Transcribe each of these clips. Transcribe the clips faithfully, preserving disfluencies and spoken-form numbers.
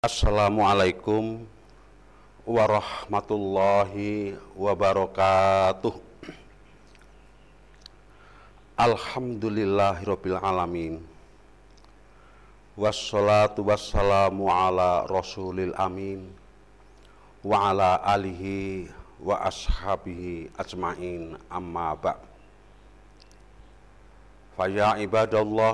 Assalamualaikum warahmatullahi wabarakatuh. Alhamdulillahirabbil alamin. Wassalatu wassalamu ala rasulil amin wa ala alihi wa ashabihi ajmain, amma ba'. Faya ibadallah,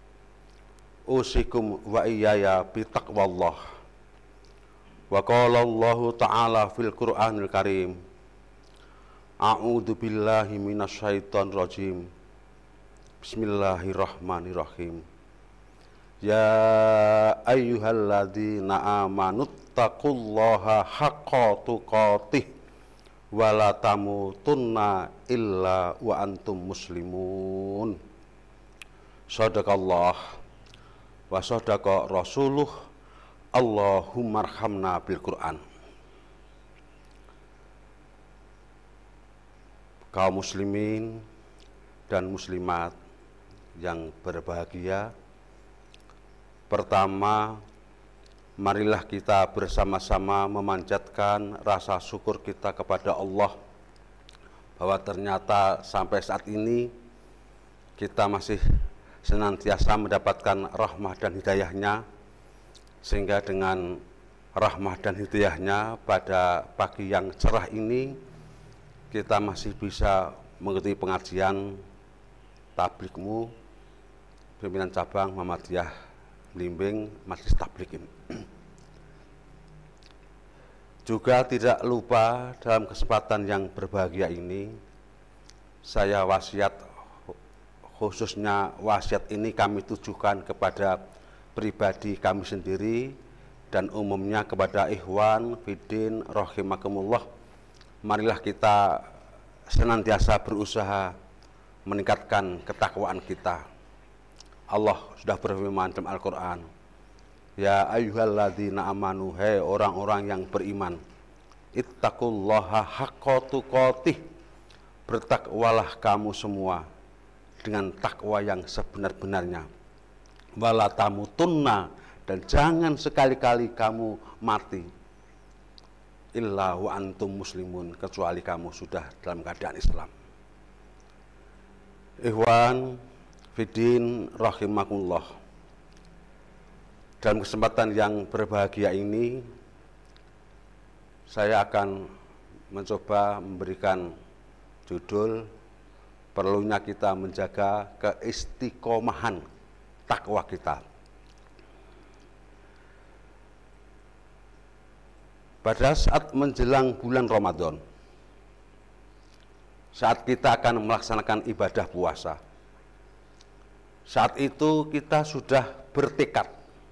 usikum wa iyaya bitaqwallah. Wa qala Allahu ta'ala fil Qur'anil Karim, a'udzu billahi minasyaitonir rajim. Bismillahirrahmanirrahim. Ya ayyuhalladzina amanuttaqullaha haqqa tuqatih wa la tamutunna illa wa antum muslimun. Shadaqallah wa shadaqa rasuluh. Allahumma arhamna bil Qur'an. Kaum muslimin dan muslimat yang berbahagia, pertama, marilah kita bersama-sama memanjatkan rasa syukur kita kepada Allah bahwa ternyata sampai saat ini kita masih senantiasa mendapatkan rahmah dan hidayahnya, sehingga dengan rahmah dan hidayahnya pada pagi yang cerah ini kita masih bisa mengikuti pengajian tabligmu pimpinan cabang Muhammadiyah Blimbing Majelis Tabligh ini. Juga tidak lupa dalam kesempatan yang berbahagia ini saya wasiat, khususnya wasiat ini kami tujukan kepada pribadi kami sendiri dan umumnya kepada ikhwan fiddin rahimakumullah. Marilah kita senantiasa berusaha meningkatkan ketakwaan kita. Allah sudah berfirman dalam Al-Quran, ya ayyuhalladzina amanu, hai orang-orang yang beriman, ittaqullaha haqqa tuqatih, bertakwalah kamu semua dengan takwa yang sebenar-benarnya. Wala tamutunna, dan jangan sekali-kali kamu mati illa wa antum muslimun, kecuali kamu sudah dalam keadaan Islam. Ikhwan fiddin rahimakumullah, dalam kesempatan yang berbahagia ini saya akan mencoba memberikan judul perlunya kita menjaga keistiqomahan takwa kita. Pada saat menjelang bulan Ramadan, saat kita akan melaksanakan ibadah puasa, saat itu kita sudah bertekad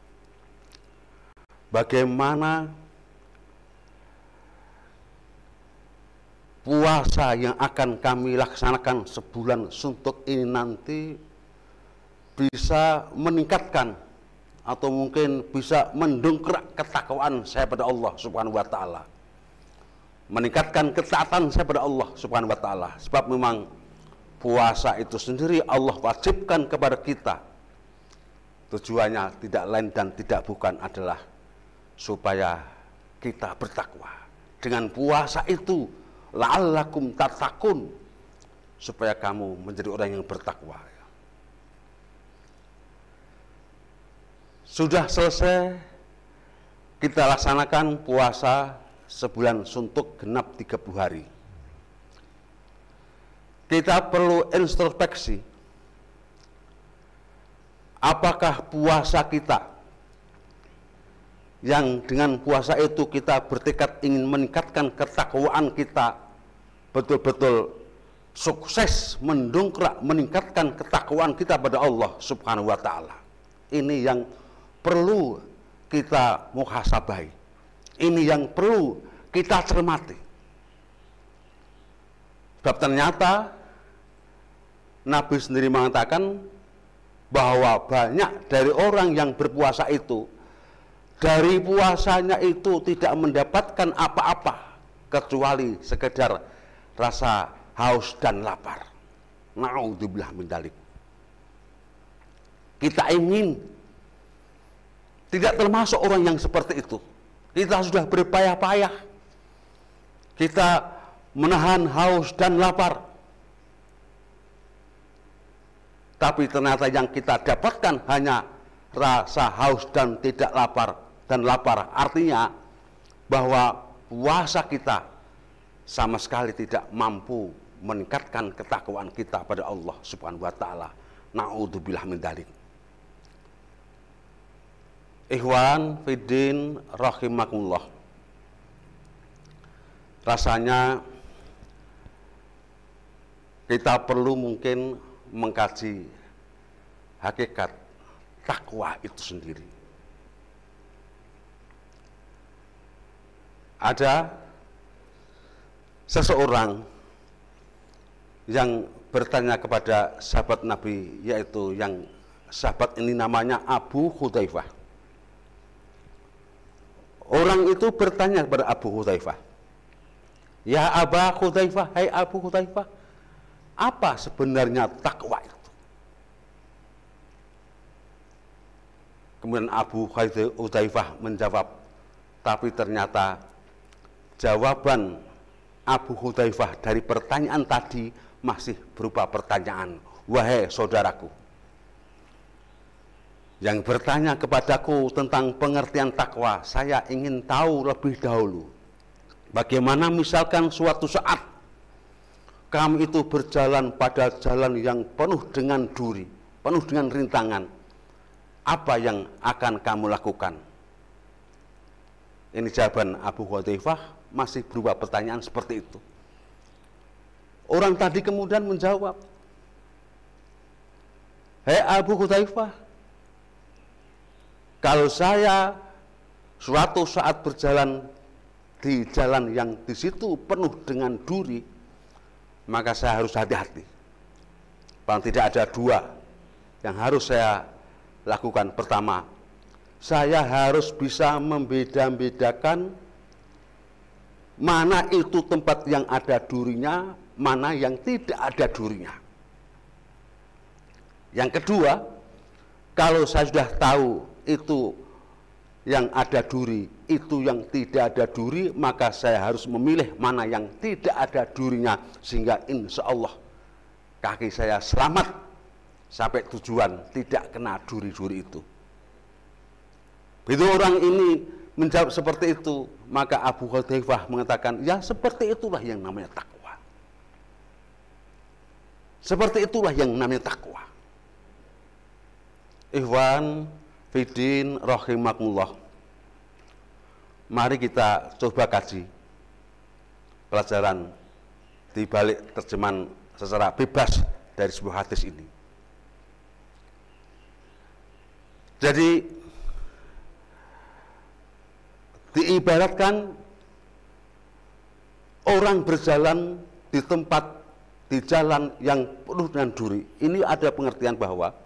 bagaimana puasa yang akan kami laksanakan sebulan suntuk ini nanti bisa meningkatkan atau mungkin bisa mendongkrak ketakwaan saya pada Allah Subhanahu wa taala, meningkatkan ketaatan saya pada Allah Subhanahu wa taala. Sebab memang puasa itu sendiri Allah wajibkan kepada kita, tujuannya tidak lain dan tidak bukan adalah supaya kita bertakwa. Dengan puasa itu la'allakum tattaqun, supaya kamu menjadi orang yang bertakwa. Sudah selesai kita laksanakan puasa sebulan suntuk genap tiga puluh hari. Kita perlu introspeksi, apakah puasa kita yang dengan puasa itu kita bertekad ingin meningkatkan ketakwaan kita betul-betul sukses mendongkrak meningkatkan ketakwaan kita pada Allah Subhanahu wa taala. Ini yang perlu kita muhasabahi, ini yang perlu kita cermati. Sebab ternyata Nabi sendiri mengatakan bahwa banyak dari orang yang berpuasa itu, dari puasanya itu tidak mendapatkan apa-apa kecuali sekedar rasa haus dan lapar. Na'udzubillah min dzalik. Kita ingin tidak termasuk orang yang seperti itu. Kita sudah berpayah-payah, kita menahan haus dan lapar, tapi ternyata yang kita dapatkan hanya rasa haus dan tidak lapar dan lapar. Artinya bahwa puasa kita sama sekali tidak mampu meningkatkan ketakwaan kita pada Allah Subhanahu wa taala. Na'udzubillah min dzalik. Ikhwan fiddin rahimakumullah. Rasanya kita perlu mungkin mengkaji hakikat takwa itu sendiri. Ada seseorang yang bertanya kepada sahabat Nabi, yaitu yang sahabat ini namanya Abu Hudzaifah. Orang itu bertanya kepada Abu Hudzaifah, "Ya Aba Hudzaifah, hai Abu Hudzaifah, apa sebenarnya takwa itu?" Kemudian Abu Hudzaifah menjawab, tapi ternyata jawaban Abu Hudzaifah dari pertanyaan tadi masih berupa pertanyaan, "Wahai saudaraku, yang bertanya kepadaku tentang pengertian takwa, saya ingin tahu lebih dahulu, bagaimana misalkan suatu saat kamu itu berjalan pada jalan yang penuh dengan duri, penuh dengan rintangan, apa yang akan kamu lakukan?" Ini jawaban Abu Hudzaifah masih berupa pertanyaan seperti itu. Orang tadi kemudian menjawab, "Hei Abu Hudzaifah, kalau saya suatu saat berjalan di jalan yang di situ penuh dengan duri, maka saya harus hati-hati. Paling tidak ada dua yang harus saya lakukan. Pertama, saya harus bisa membeda-bedakan mana itu tempat yang ada durinya, mana yang tidak ada durinya. Yang kedua, kalau saya sudah tahu itu yang ada duri, itu yang tidak ada duri, maka saya harus memilih mana yang tidak ada durinya, sehingga insya Allah kaki saya selamat sampai tujuan, tidak kena duri-duri itu." Begitu orang ini menjawab seperti itu, maka Abu Hudzaifah mengatakan, "Ya seperti itulah yang namanya takwa. Seperti itulah yang namanya takwa." Ikhwan fiddin rahimakumullah. Mari kita coba kaji pelajaran di balik terjemahan secara bebas dari sebuah hadis ini. Jadi diibaratkan orang berjalan di tempat, di jalan yang penuh dengan duri. Ini ada pengertian bahwa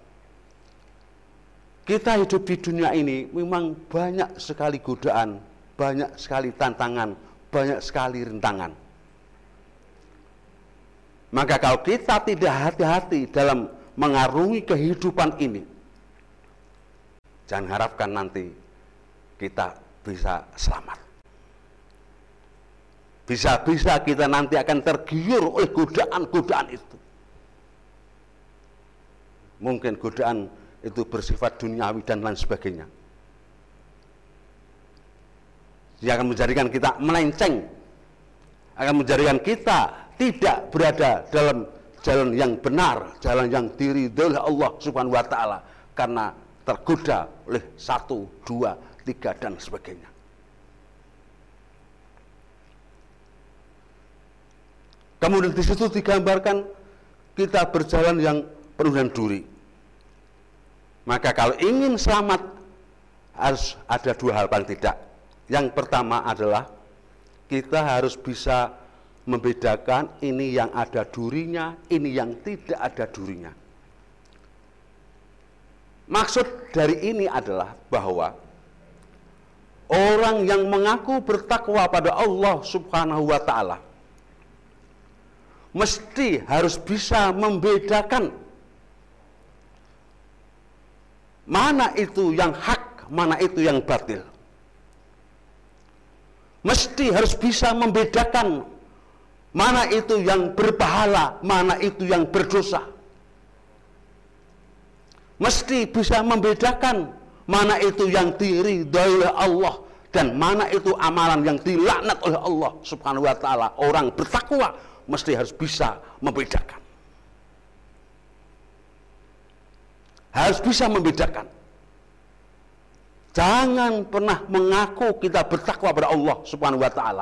kita hidup di dunia ini memang banyak sekali godaan, banyak sekali tantangan, banyak sekali rintangan. Maka kalau kita tidak hati-hati dalam mengarungi kehidupan ini, jangan harapkan nanti kita bisa selamat. Bisa-bisa kita nanti akan tergiur oleh godaan-godaan itu. Mungkin godaan itu bersifat duniawi dan lain sebagainya. Dia akan menjadikan kita melenceng, akan menjadikan kita tidak berada dalam jalan yang benar, jalan yang diridhoi oleh Allah Subhanahu wa taala, karena tergoda oleh satu, dua, tiga dan sebagainya. Kemudian di situ digambarkan kita berjalan yang penuh dengan duri. Maka kalau ingin selamat harus ada dua hal paling tidak. Yang pertama adalah kita harus bisa membedakan ini yang ada durinya, ini yang tidak ada durinya. Maksud dari ini adalah bahwa orang yang mengaku bertakwa pada Allah Subhanahu wa taala mesti harus bisa membedakan mana itu yang hak, mana itu yang batil. Mesti harus bisa membedakan mana itu yang berpahala, mana itu yang berdosa. Mesti bisa membedakan mana itu yang diridhoi oleh Allah dan mana itu amalan yang dilaknat oleh Allah Subhanahu wa taala. Orang bertakwa mesti harus bisa membedakan. Harus bisa membedakan. Jangan pernah mengaku kita bertakwa pada Allah Subhanahu wa taala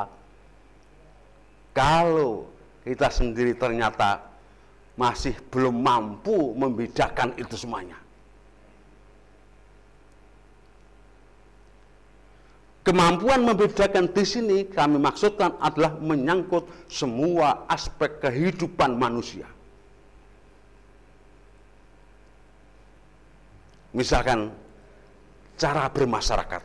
kalau kita sendiri ternyata masih belum mampu membedakan itu semuanya. Kemampuan membedakan di sini kami maksudkan adalah menyangkut semua aspek kehidupan manusia. Misalkan cara bermasyarakat.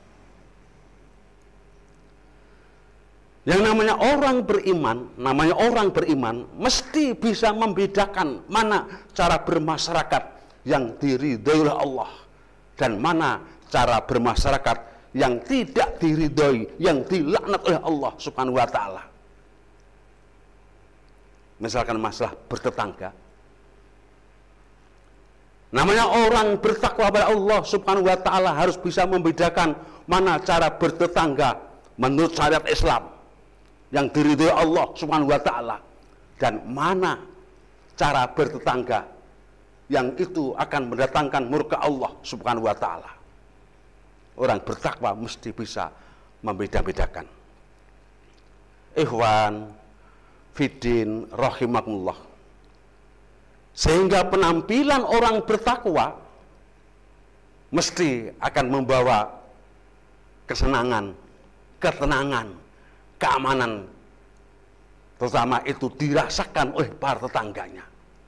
Yang namanya orang beriman, namanya orang beriman mesti bisa membedakan mana cara bermasyarakat yang diridhoi oleh Allah dan mana cara bermasyarakat yang tidak diridhoi, yang dilaknat oleh Allah Subhanahu wa taala. Misalkan masalah bertetangga. Namanya orang bertakwa pada Allah Subhanahu wa taala harus bisa membedakan mana cara bertetangga menurut syariat Islam yang diridhoi Allah Subhanahu wa taala dan mana cara bertetangga yang itu akan mendatangkan murka Allah Subhanahu wa taala. Orang bertakwa mesti bisa membeda-bedakan. Ikhwan fiddin rahimakumullah. Sehingga penampilan orang bertakwa mesti akan membawa kesenangan, ketenangan, keamanan, terutama itu dirasakan oleh para tetangganya.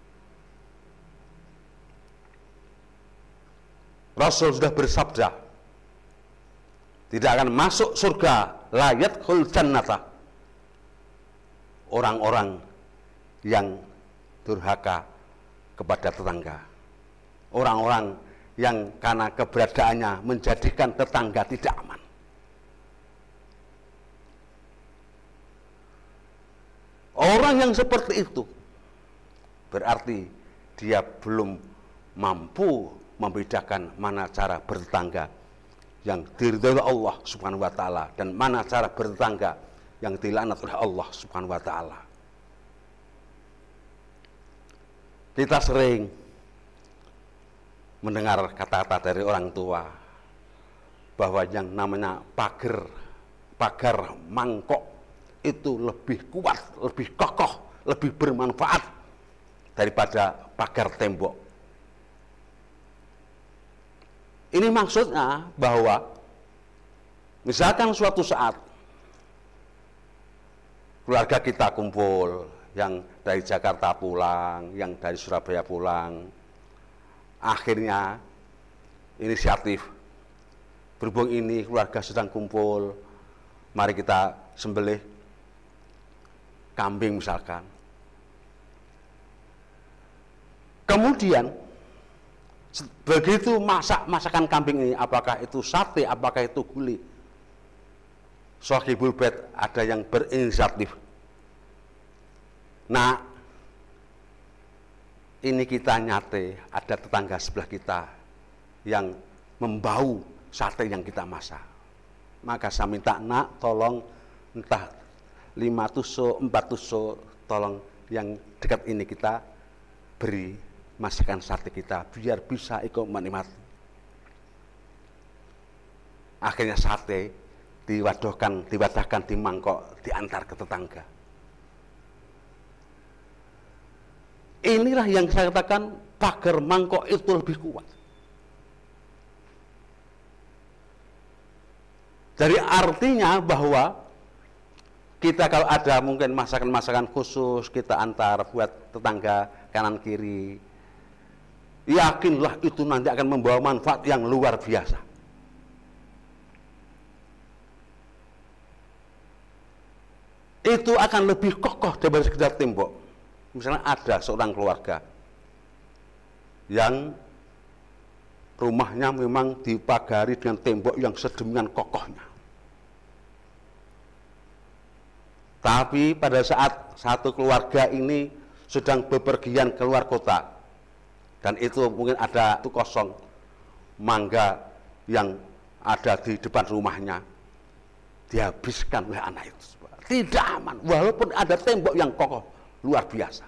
Rasul sudah bersabda, tidak akan masuk surga la yadkhul jannata orang-orang yang durhaka kepada tetangga, orang-orang yang karena keberadaannya menjadikan tetangga tidak aman. Orang yang seperti itu berarti dia belum mampu membedakan mana cara bertetangga yang diridhoi Allah Subhanahu wa taala dan mana cara bertetangga yang dilaknat oleh Allah Subhanahu wa taala. Kita sering mendengar kata-kata dari orang tua bahwa yang namanya pagar pagar mangkok itu lebih kuat, lebih kokoh, lebih bermanfaat daripada pagar tembok. Ini maksudnya bahwa misalkan suatu saat keluarga kita kumpul, yang dari Jakarta pulang, yang dari Surabaya pulang, akhirnya inisiatif, berhubung ini keluarga sedang kumpul, mari kita sembelih kambing misalkan. Kemudian begitu masak masakan kambing ini, apakah itu sate, apakah itu gulai, Shahibul Bait ada yang berinisiatif. Nah, ini kita nyate, ada tetangga sebelah kita yang membau sate yang kita masak. Maka saya minta, nak, tolong entah lima tusuk, empat tusuk, tolong yang dekat ini kita beri masakan sate kita biar bisa ikut menikmati. Akhirnya sate diwadahkan, diwadahkan di mangkok, diantar ke tetangga. Inilah yang saya katakan pagar mangkok itu lebih kuat. Jadi artinya bahwa kita kalau ada mungkin masakan-masakan khusus kita antar buat tetangga kanan kiri, yakinlah itu nanti akan membawa manfaat yang luar biasa. Itu akan lebih kokoh daripada sekedar tembok. Misalnya ada seorang keluarga yang rumahnya memang dipagari dengan tembok yang sedemikian kokohnya. Tapi pada saat satu keluarga ini sedang bepergian keluar kota, dan itu mungkin ada itu kosong mangga yang ada di depan rumahnya, dihabiskan oleh anak itu. Tidak aman, walaupun ada tembok yang kokoh luar biasa.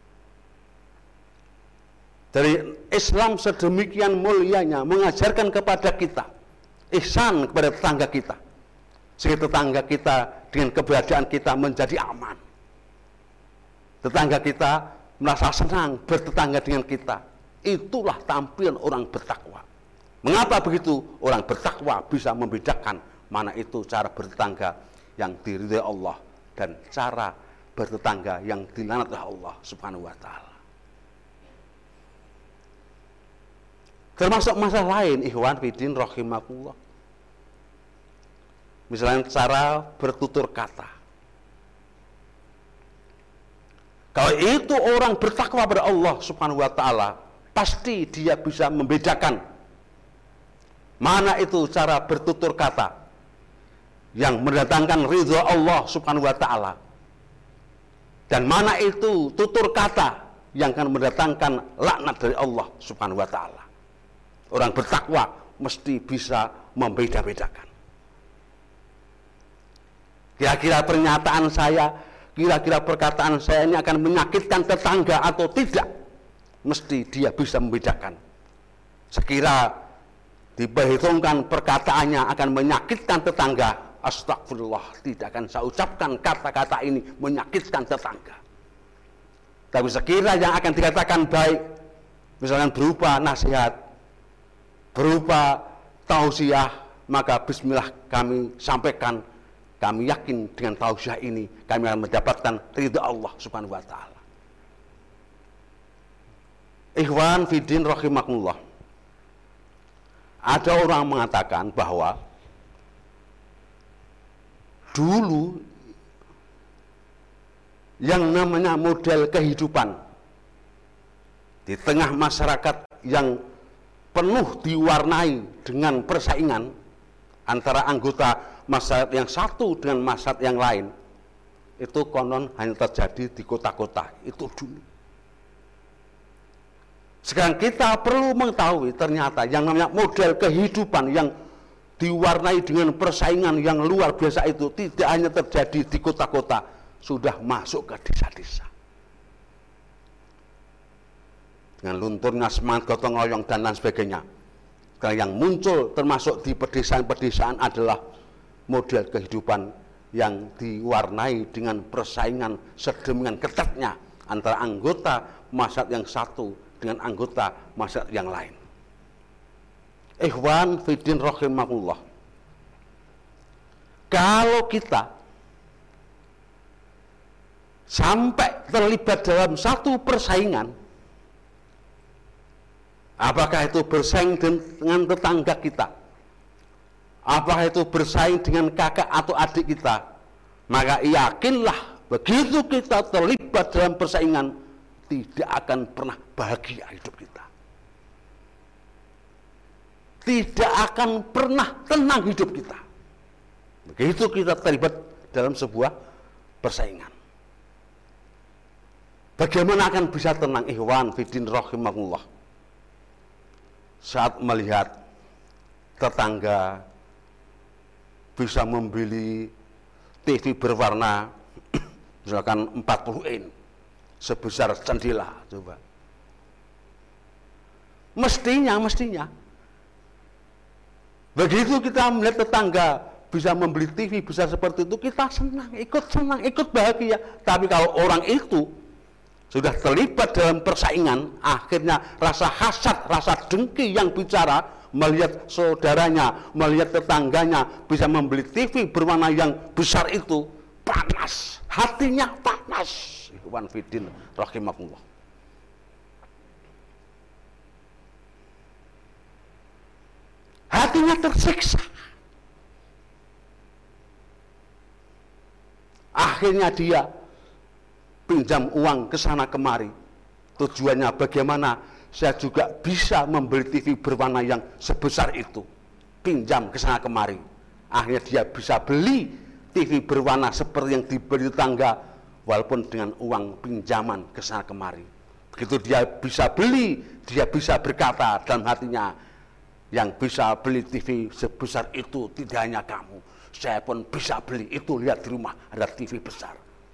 Dari Islam sedemikian mulianya mengajarkan kepada kita ihsan kepada tetangga kita, sehingga tetangga kita dengan keberadaan kita menjadi aman. Tetangga kita merasa senang bertetangga dengan kita. Itulah tampilan orang bertakwa. Mengapa begitu? Orang bertakwa bisa membedakan mana itu cara bertetangga yang diridhai Allah dan cara bertetangga yang dilaknat oleh Allah Subhanahu wa taala. Termasuk masalah lain, ikhwan fillah rahimakumullah. Misalnya cara bertutur kata. Kalau itu orang bertakwa pada Allah Subhanahu wa taala, pasti dia bisa membedakan mana itu cara bertutur kata yang mendatangkan ridha Allah Subhanahu wa taala, dan mana itu tutur kata yang akan mendatangkan laknat dari Allah Subhanahu wa taala. Orang bertakwa mesti bisa membeda-bedakan. Kira-kira pernyataan saya, kira-kira perkataan saya ini akan menyakitkan tetangga atau tidak, mesti dia bisa membedakan. Sekira diperhitungkan perkataannya akan menyakitkan tetangga, astagfirullah, tidak akan saya ucapkan kata-kata ini menyakitkan tetangga. Tapi sekira yang akan dikatakan baik, misalkan berupa nasihat, berupa tausiah, maka bismillah kami sampaikan. Kami yakin dengan tausiah ini kami akan mendapatkan ridha Allah Subhanahu wa taala. Ikhwan fiddin rahimakumullah. Ada orang mengatakan bahwa dulu yang namanya model kehidupan di tengah masyarakat yang penuh diwarnai dengan persaingan antara anggota masyarakat yang satu dengan masyarakat yang lain, itu konon hanya terjadi di kota-kota itu dulu. Sekarang kita perlu mengetahui ternyata yang namanya model kehidupan yang diwarnai dengan persaingan yang luar biasa itu tidak hanya terjadi di kota-kota, sudah masuk ke desa-desa. Dengan lunturnya semangat gotong royong dan lain sebagainya. Sekarang yang muncul termasuk di pedesaan-pedesaan adalah model kehidupan yang diwarnai dengan persaingan sedemikian ketatnya antara anggota masyarakat yang satu dengan anggota masyarakat yang lain. Ikhwan fiddin rahimakumullah. Kalau kita sampai terlibat dalam satu persaingan, apakah itu bersaing dengan tetangga kita, apakah itu bersaing dengan kakak atau adik kita, maka yakinlah begitu kita terlibat dalam persaingan, tidak akan pernah bahagia hidup kita. Tidak akan pernah tenang hidup kita. Begitu kita terlibat dalam sebuah persaingan. Bagaimana akan bisa tenang, ikhwan fiddin rahimakumullah, saat melihat tetangga bisa membeli T V berwarna misalkan empat puluh inch sebesar jendela, coba. Mestinya, mestinya begitu kita melihat tetangga bisa membeli T V besar seperti itu, kita senang, ikut senang, ikut bahagia. Tapi kalau orang itu sudah terlibat dalam persaingan, akhirnya rasa hasad, rasa dengki yang bicara, melihat saudaranya, melihat tetangganya bisa membeli T V berwarna yang besar itu, panas, hatinya panas. Ikhwan fiddin rahimakumullah. Hatinya tersiksa. Akhirnya dia pinjam uang ke sana kemari. Tujuannya bagaimana saya juga bisa membeli T V berwarna yang sebesar itu, pinjam ke sana kemari. Akhirnya dia bisa beli T V berwarna seperti yang dibeli tetangga, walaupun dengan uang pinjaman ke sana kemari. Begitu dia bisa beli, dia bisa berkata dalam hatinya, yang bisa beli T V sebesar itu tidak hanya kamu, saya pun bisa beli itu. Lihat di rumah ada T V besar.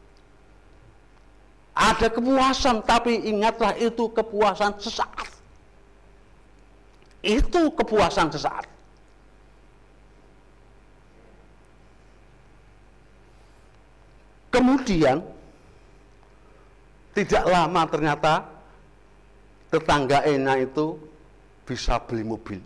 Ada kepuasan, tapi ingatlah itu kepuasan sesaat. Itu kepuasan sesaat. Kemudian tidak lama ternyata tetangga Ena itu bisa beli mobil.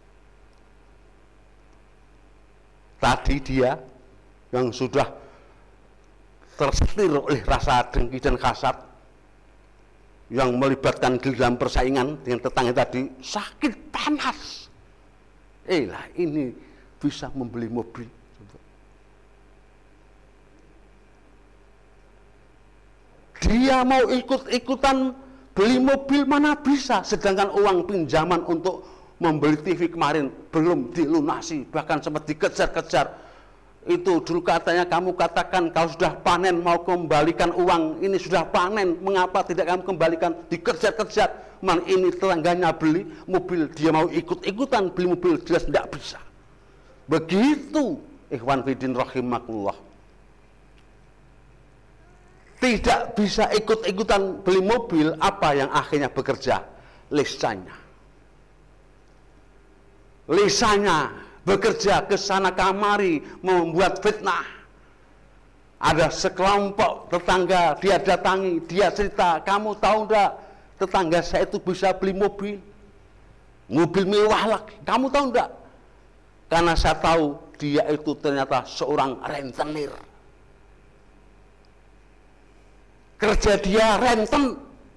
Tadi dia yang sudah tersetir oleh rasa dengki dan hasad yang melibatkan diri dalam persaingan dengan tetangga tadi, sakit panas. Eh lah, ini bisa membeli mobil. Dia mau ikut-ikutan beli mobil, mana bisa, sedangkan uang pinjaman untuk membeli T V kemarin belum dilunasi, bahkan sempat dikejar-kejar. Itu dulu katanya kamu katakan kalau sudah panen mau kembalikan uang, ini sudah panen, mengapa tidak kamu kembalikan? Dikejar-kejar. Man, ini tetangganya beli mobil, dia mau ikut-ikutan beli mobil, jelas tidak bisa. Begitu, ikhwan fillah rahimakumullah. Tidak bisa ikut-ikutan beli mobil, apa yang akhirnya bekerja? Lisannya. Lisannya bekerja ke sana kamari, membuat fitnah. Ada sekelompok tetangga dia datangi, dia cerita, kamu tahu enggak tetangga saya itu bisa beli mobil, mobil mewah lagi, kamu tahu enggak? Karena saya tahu dia itu ternyata seorang rentenir, kerja dia renten.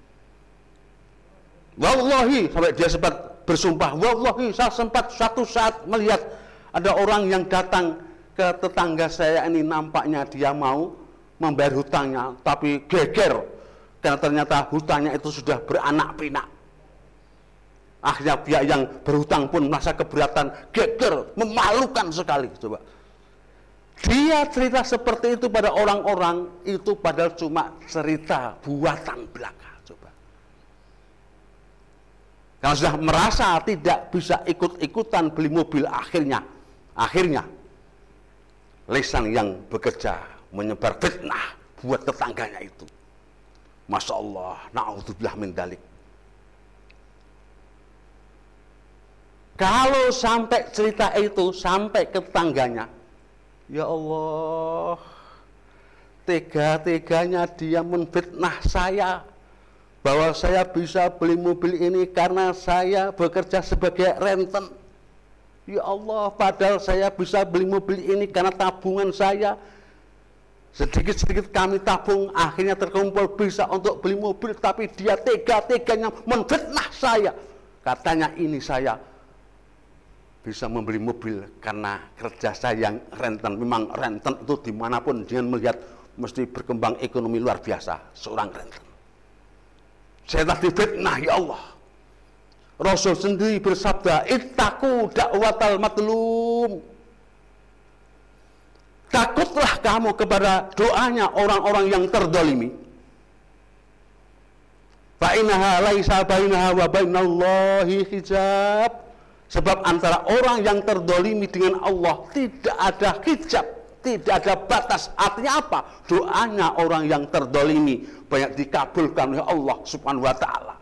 Wallahi, sampai dia sempat bersumpah, wallahi saya sempat suatu saat melihat ada orang yang datang ke tetangga saya ini, nampaknya dia mau membayar hutangnya, tapi geger karena ternyata hutangnya itu sudah beranak pinak. Akhirnya pihak yang berhutang pun merasa keberatan, geger, memalukan sekali. Coba dia cerita seperti itu pada orang-orang, itu padahal cuma cerita buatan belaka. Coba kalau sudah merasa tidak bisa ikut-ikutan beli mobil, akhirnya akhirnya lisan yang bekerja menyebar fitnah buat tetangganya itu. Masya Allah, na'udzubillah min dalik. Kalau sampai cerita itu sampai ke tetangganya, ya Allah, tega-teganya dia menfitnah saya bahwa saya bisa beli mobil ini karena saya bekerja sebagai renten. Ya Allah, padahal saya bisa beli mobil ini karena tabungan saya. Sedikit-sedikit kami tabung, akhirnya terkumpul bisa untuk beli mobil, tapi dia tega-teganya menfitnah saya. Katanya ini saya bisa membeli mobil karena kerja saya yang renten. Memang renten itu dimanapun dengan melihat mesti berkembang ekonomi luar biasa seorang renten. Saya tadi fitnah, ya Allah. Rasul sendiri bersabda, ittaqu da'watal matlum. Takutlah kamu kepada doanya orang-orang yang terdolimi. Fa innaha laisa bainaha wa bainallahi hijab. Sebab antara orang yang terdolimi dengan Allah tidak ada hijab, tidak ada batas. Artinya apa? Doanya orang yang terdolimi banyak dikabulkan oleh Allah Subhanahu wa ta'ala.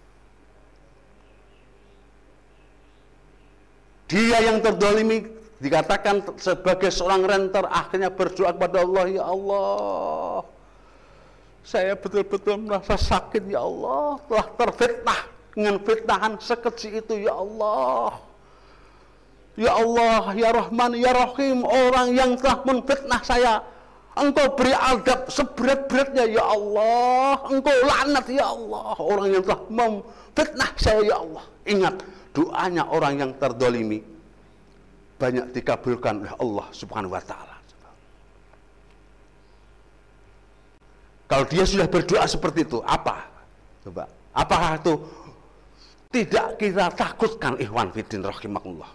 Dia yang terdolimi dikatakan sebagai seorang renter, akhirnya berdoa kepada Allah, ya Allah, saya betul-betul merasa sakit, ya Allah, telah terfitnah dengan fitnahan sekecil itu, ya Allah. Ya Allah, ya Rahman, ya Rahim, orang yang telah menfitnah saya, Engkau beri azab seberat-beratnya, ya Allah. Engkau laknat, ya Allah, orang yang telah memfitnah saya, ya Allah. Ingat, doanya orang yang terdolimi banyak dikabulkan oleh Allah Subhanahu wa ta'ala. Kalau dia sudah berdoa seperti itu, apa? Coba, apakah itu tidak kita takutkan, ikhwan fiddin rahimakumullah.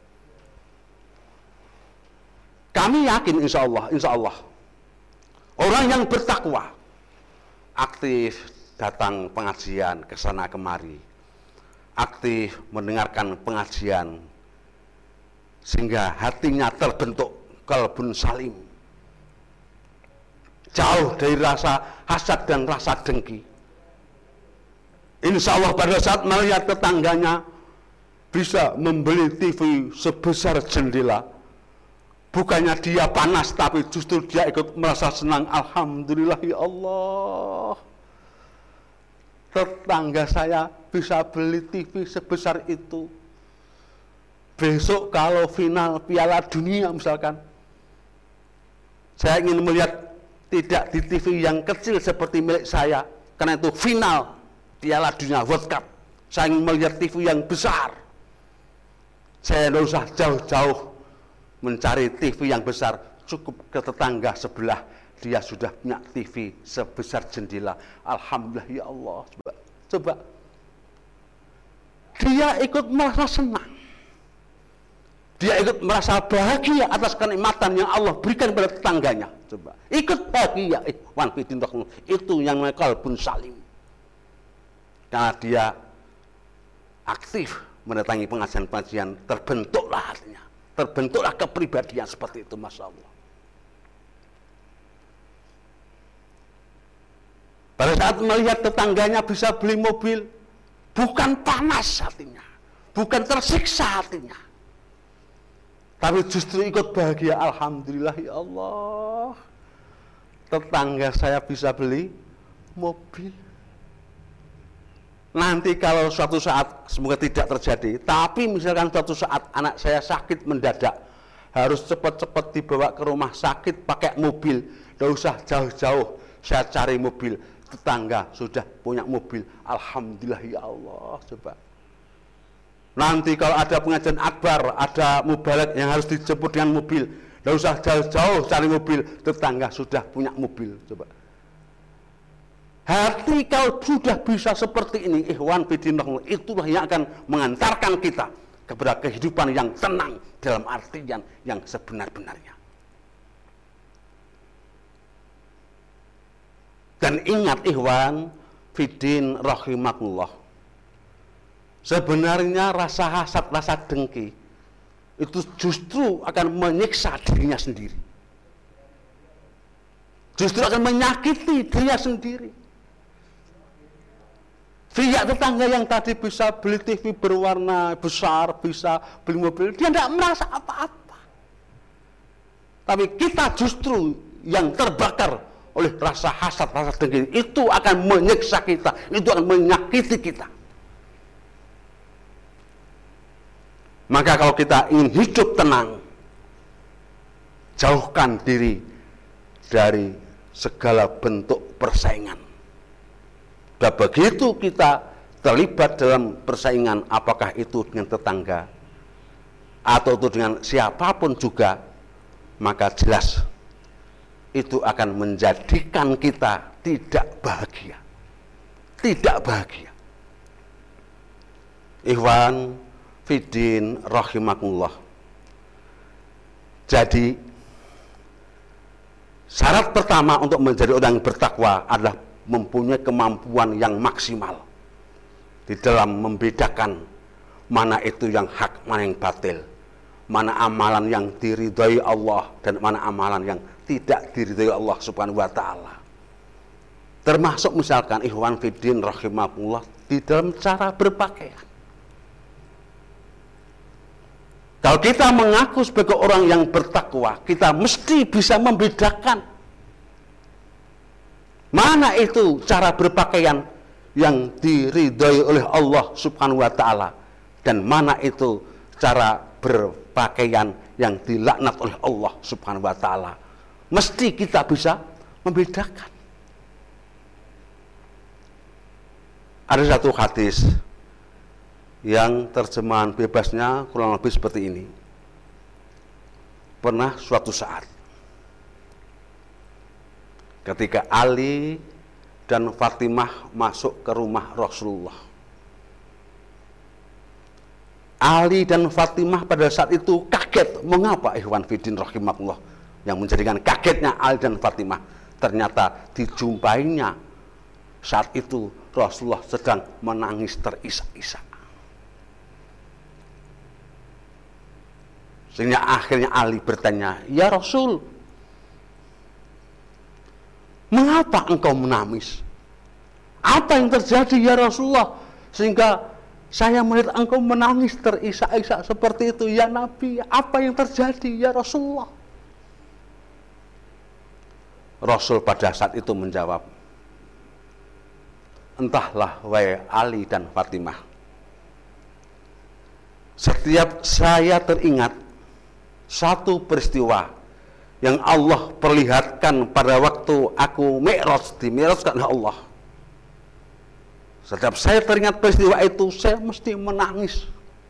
Kami yakin insya Allah, insya Allah orang yang bertakwa aktif datang pengajian ke sana kemari, aktif mendengarkan pengajian, sehingga hatinya terbentuk qalbun salim, jauh dari rasa hasad dan rasa dengki. Insya Allah pada saat melihat tetangganya bisa membeli T V sebesar jendela, bukannya dia panas, tapi justru dia ikut merasa senang. Alhamdulillah ya Allah, tetangga saya bisa beli T V sebesar itu. Besok kalau final Piala Dunia misalkan, saya ingin melihat tidak di T V yang kecil seperti milik saya, karena itu final Piala Dunia World Cup. Saya ingin melihat T V yang besar. Saya tidak usah jauh-jauh mencari T V yang besar, cukup ke tetangga sebelah, dia sudah punya T V sebesar jendela. Alhamdulillah ya Allah. Coba, coba. Dia ikut merasa senang. Dia ikut merasa bahagia atas kenikmatan yang Allah berikan pada tetangganya. Coba, ikut bahagia. Eh, wan fiddin itu yang namanya qalbun salim. Karena dia aktif mendatangi pengajian-pengajian, terbentuklah hatinya, terbentuklah kepribadian seperti itu, masya Allah. Pada saat melihat tetangganya bisa beli mobil, bukan panas hatinya, bukan tersiksa hatinya, tapi justru ikut bahagia. Alhamdulillah ya Allah, tetangga saya bisa beli mobil. Nanti kalau suatu saat, semoga tidak terjadi, tapi misalkan suatu saat anak saya sakit mendadak, harus cepat-cepat dibawa ke rumah sakit pakai mobil, tidak usah jauh-jauh saya cari mobil, tetangga sudah punya mobil. Alhamdulillah ya Allah. Coba, nanti kalau ada pengajian akbar, ada mubalek yang harus dijemput dengan mobil, tidak usah jauh-jauh cari mobil, tetangga sudah punya mobil. Coba, hati kalau sudah bisa seperti ini, ikhwan fiddin, itulah yang akan mengantarkan kita kepada kehidupan yang tenang dalam artian yang sebenar-benarnya. Dan ingat ikhwan fiddin rahimakumullah, sebenarnya rasa hasad, rasa dengki itu justru akan menyiksa dirinya sendiri, justru akan menyakiti dirinya sendiri. Lihat tetangga yang tadi bisa beli T V berwarna besar, bisa beli mobil, dia tidak merasa apa-apa. Tapi kita justru yang terbakar oleh rasa hasad, rasa dengki, itu akan menyiksa kita, itu akan menyakiti kita. Maka kalau kita ingin hidup tenang, jauhkan diri dari segala bentuk persaingan. Dan begitu kita terlibat dalam persaingan, apakah itu dengan tetangga atau itu dengan siapapun juga, maka jelas itu akan menjadikan kita tidak bahagia, tidak bahagia. Ikhwan fiddin rahimakumullah. Jadi syarat pertama untuk menjadi orang yang bertakwa adalah mempunyai kemampuan yang maksimal di dalam membedakan mana itu yang hak, mana yang batil, mana amalan yang diridhai Allah dan mana amalan yang tidak diridhai Allah subhanahu wa ta'ala. Termasuk misalkan ikhwan fiddin rahimakumullah di dalam cara berpakaian. Kalau kita mengaku sebagai orang yang bertakwa, kita mesti bisa membedakan mana itu cara berpakaian yang diridhai oleh Allah subhanahu wa ta'ala, dan mana itu cara berpakaian yang dilaknat oleh Allah subhanahu wa ta'ala. Mesti kita bisa membedakan. Ada satu hadis yang terjemahan bebasnya kurang lebih seperti ini. Pernah suatu saat ketika Ali dan Fatimah masuk ke rumah Rasulullah, Ali dan Fatimah pada saat itu kaget. Mengapa ikhwan fiddin rahimakumullah? Yang menjadikan kagetnya Ali dan Fatimah, ternyata dijumpainya saat itu Rasulullah sedang menangis terisak-isak. Sehingga akhirnya Ali bertanya, "Ya Rasul, mengapa engkau menangis? Apa yang terjadi ya Rasulullah sehingga saya melihat engkau menangis terisak-isak seperti itu ya Nabi? Apa yang terjadi ya Rasulullah?" Rasul pada saat itu menjawab, "Entahlah wahai Ali dan Fatimah, setiap saya teringat satu peristiwa yang Allah perlihatkan pada waktu aku mi'raj, dimi'rajkan oleh Allah. Setiap saya teringat peristiwa itu, saya mesti menangis."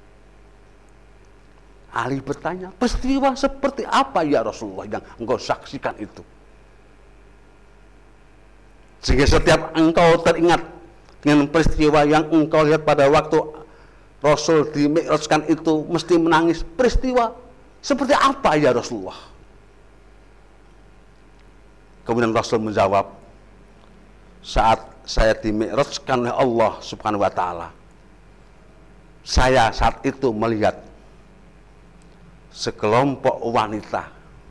Ali bertanya, "Peristiwa seperti apa ya Rasulullah yang engkau saksikan itu? Sehingga setiap engkau teringat dengan peristiwa yang engkau lihat pada waktu Rasul dimi'rajkan itu, mesti menangis. Peristiwa seperti apa ya Rasulullah?" Kemudian Rasul menjawab, "Saat saya dimi'rajkan oleh Allah Subhanahu wa taala, saya saat itu melihat sekelompok wanita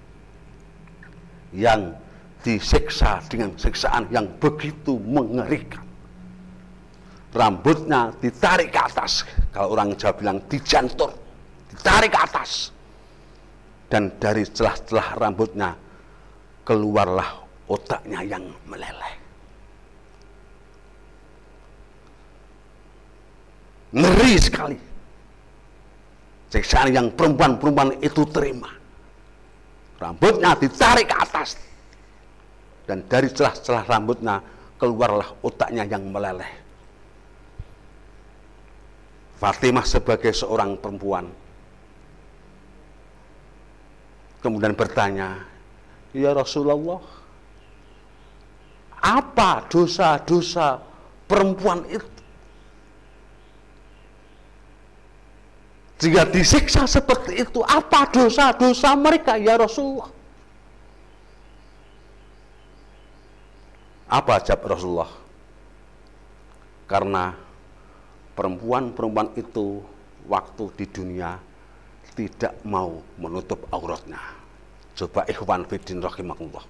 yang disiksa dengan siksaan yang begitu mengerikan. Rambutnya ditarik ke atas, kalau orang Jawa bilang dijantur, ditarik ke atas, dan dari celah-celah rambutnya keluarlah otaknya yang meleleh. Ngeri sekali siksaan yang perempuan-perempuan itu terima. Rambutnya ditarik ke atas, dan dari celah-celah rambutnya keluarlah otaknya yang meleleh. Fatimah sebagai seorang perempuan kemudian bertanya, "Ya Rasulullah, apa dosa-dosa perempuan itu? Jika disiksa seperti itu, apa dosa-dosa mereka ya Rasulullah?" Apa jawab Rasulullah? "Karena perempuan-perempuan itu waktu di dunia tidak mau menutup auratnya." Coba ikhwan fiddin rahimakumullah.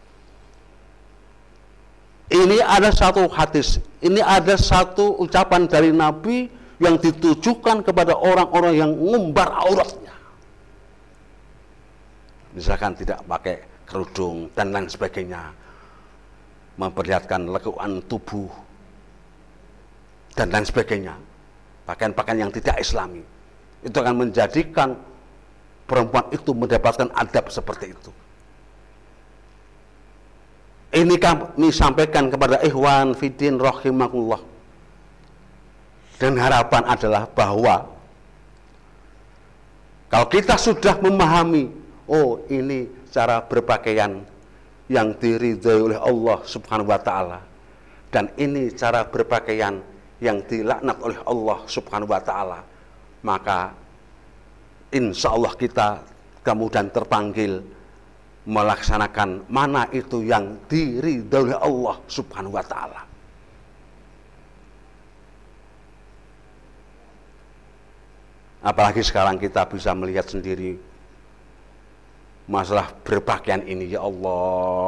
Ini ada satu hadis, ini ada satu ucapan dari Nabi yang ditujukan kepada orang-orang yang ngumbar auratnya. Misalkan tidak pakai kerudung dan lain sebagainya, memperlihatkan lekukan tubuh dan lain sebagainya, pakaian-pakaian yang tidak islami. Itu akan menjadikan perempuan itu mendapatkan adab seperti itu. Ini kami sampaikan kepada ikhwan fiddin rahimakumullah, dan harapan adalah bahwa kalau kita sudah memahami, oh ini cara berpakaian yang diridhoi oleh Allah Subhanahu wa taala, dan ini cara berpakaian yang dilaknat oleh Allah Subhanahu wa taala, maka insya Allah kita kemudian terpanggil melaksanakan mana itu yang diridhoi oleh Allah Subhanahu wa taala. Apalagi sekarang kita bisa melihat sendiri masalah berpakaian ini, ya Allah,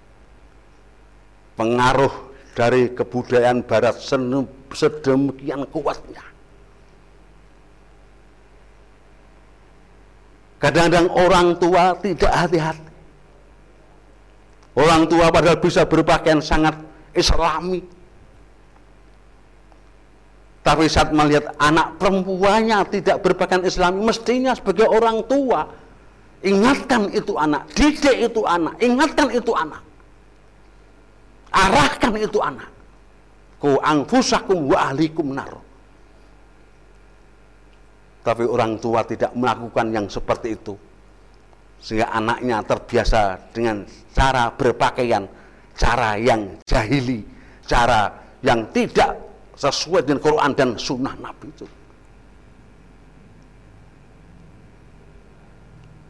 pengaruh dari kebudayaan barat sedemikian kuatnya. Kadang-kadang orang tua tidak hati-hati. Orang tua padahal bisa berpakaian sangat islami, tapi saat melihat anak perempuannya tidak berpakaian islami, mestinya sebagai orang tua ingatkan itu anak, didik itu anak, ingatkan itu anak, arahkan itu anak. Ku anfusakum wa ahlikum nar. Tapi orang tua tidak melakukan yang seperti itu, sehingga anaknya terbiasa dengan cara berpakaian, cara yang jahili, cara yang tidak sesuai dengan Quran dan sunnah Nabi itu.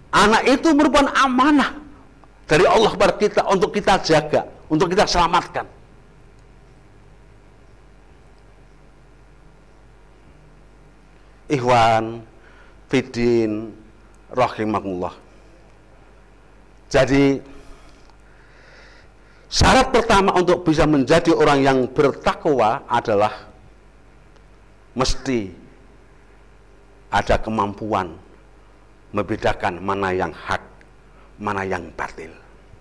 Anak itu merupakan amanah dari Allah kepada kita untuk kita jaga, untuk kita selamatkan. Ikhwan fiddin rahimakumullah. Jadi syarat pertama untuk bisa menjadi orang yang bertakwa adalah mesti ada kemampuan membedakan mana yang hak, mana yang batil,